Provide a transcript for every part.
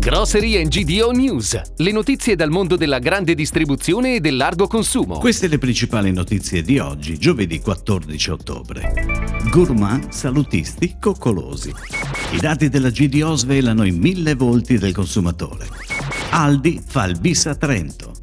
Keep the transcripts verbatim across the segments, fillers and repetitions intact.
Grocery and G D O News, le notizie dal mondo della grande distribuzione e del largo consumo. Queste le principali notizie di oggi, giovedì quattordici ottobre. Gourmand, salutisti, coccolosi. I dati della G D O svelano i mille volti del consumatore. Aldi fa il bis a Trento.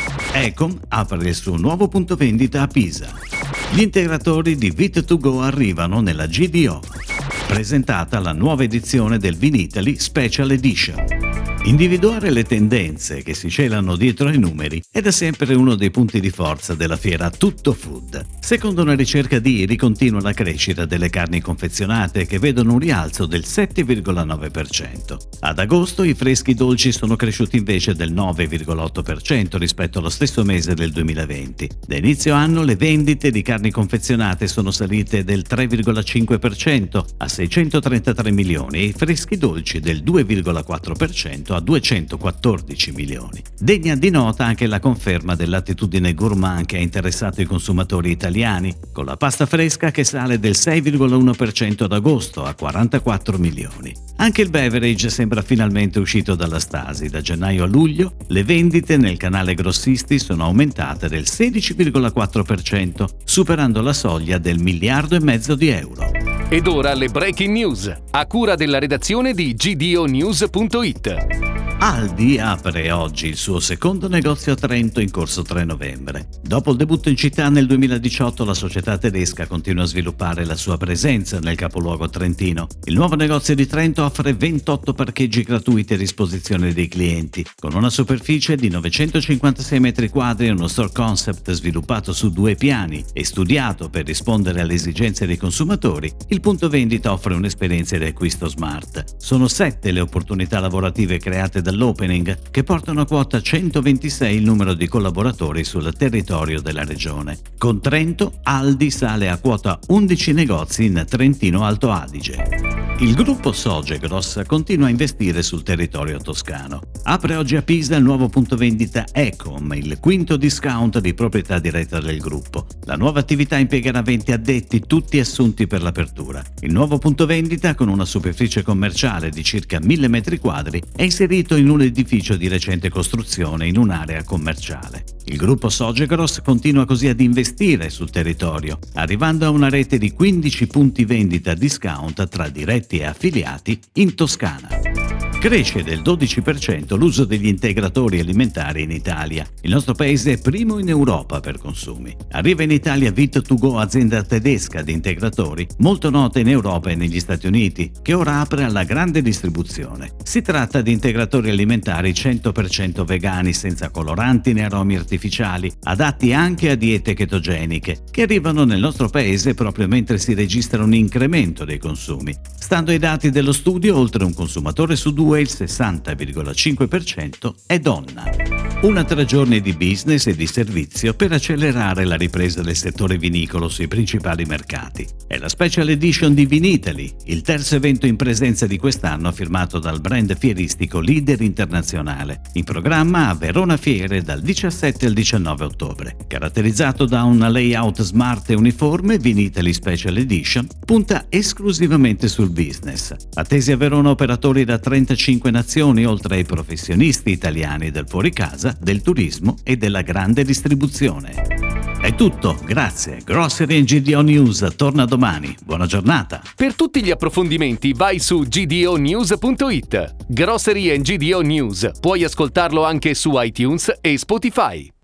Ecom apre il suo nuovo punto vendita a Pisa. Gli integratori di Vit to Go arrivano nella G D O. Presentata la nuova edizione del Vinitaly Special Edition. Individuare le tendenze che si celano dietro ai numeri è da sempre uno dei punti di forza della fiera Tutto Food. Secondo una ricerca di I R I continua la crescita delle carni confezionate che vedono un rialzo del sette virgola nove per cento. Ad agosto i freschi dolci sono cresciuti invece del nove virgola otto per cento rispetto allo stesso mese del duemilaventi. Da inizio anno le vendite di carni confezionate sono salite del tre virgola cinque per cento a seicentotrentatré milioni e i freschi dolci del due virgola quattro per cento a duecentoquattordici milioni. Degna di nota anche la conferma dell'attitudine gourmand che ha interessato i consumatori italiani, con la pasta fresca che sale del sei virgola uno per cento ad agosto a quarantaquattro milioni. Anche il beverage sembra finalmente uscito dalla stasi. Da gennaio a luglio le vendite nel canale grossisti sono aumentate del sedici virgola quattro per cento, superando la soglia del miliardo e mezzo di euro. Ed ora le breaking news, a cura della redazione di G D O News punto it. Aldi apre oggi il suo secondo negozio a Trento in corso tre novembre. Dopo il debutto in città nel duemiladiciotto, la società tedesca continua a sviluppare la sua presenza nel capoluogo trentino. Il nuovo negozio di Trento offre ventotto parcheggi gratuiti a disposizione dei clienti, con una superficie di novecentocinquantasei metri quadri e uno store concept sviluppato su due piani e studiato per rispondere alle esigenze dei consumatori. Il punto vendita offre un'esperienza di acquisto smart. Sono sette le opportunità lavorative create dall'opening, che portano a quota centoventisei il numero di collaboratori sul territorio della regione. Con Trento, Aldi sale a quota undici negozi in Trentino Alto Adige. Il gruppo Sogegros continua a investire sul territorio toscano. Apre oggi a Pisa il nuovo punto vendita Ecom, il quinto discount di proprietà diretta del gruppo. La nuova attività impiegherà venti addetti, tutti assunti per l'apertura. Il nuovo punto vendita, con una superficie commerciale di circa mille metri quadri, è inserito in un edificio di recente costruzione in un'area commerciale. Il gruppo Sogegros continua così ad investire sul territorio, arrivando a una rete di quindici punti vendita discount tra diretti e affiliati in Toscana. Cresce del dodici per cento l'uso degli integratori alimentari in Italia. Il nostro paese è primo in Europa per consumi. Arriva in Italia Vit to Go, azienda tedesca di integratori, molto nota in Europa e negli Stati Uniti, che ora apre alla grande distribuzione. Si tratta di integratori alimentari cento per cento vegani, senza coloranti né aromi artificiali, adatti anche a diete chetogeniche, che arrivano nel nostro paese proprio mentre si registra un incremento dei consumi. Stando ai dati dello studio, oltre un consumatore su due, il sessanta virgola cinque per cento è donna. Una tre giorni di business e di servizio per accelerare la ripresa del settore vinicolo sui principali mercati. È la Special Edition di Vinitaly, il terzo evento in presenza di quest'anno firmato dal brand fieristico leader internazionale, in programma a Verona Fiere dal diciassette al diciannove ottobre. Caratterizzato da un layout smart e uniforme, Vinitaly Special Edition punta esclusivamente sul business. Attesi a Verona operatori da trentacinque nazioni, oltre ai professionisti italiani del fuoricasa, del turismo e della grande distribuzione. È tutto, grazie. Grocery and G D O News torna domani. Buona giornata. Per tutti gli approfondimenti vai su G D O News punto it. Grocery and G D O News. Puoi ascoltarlo anche su iTunes e Spotify.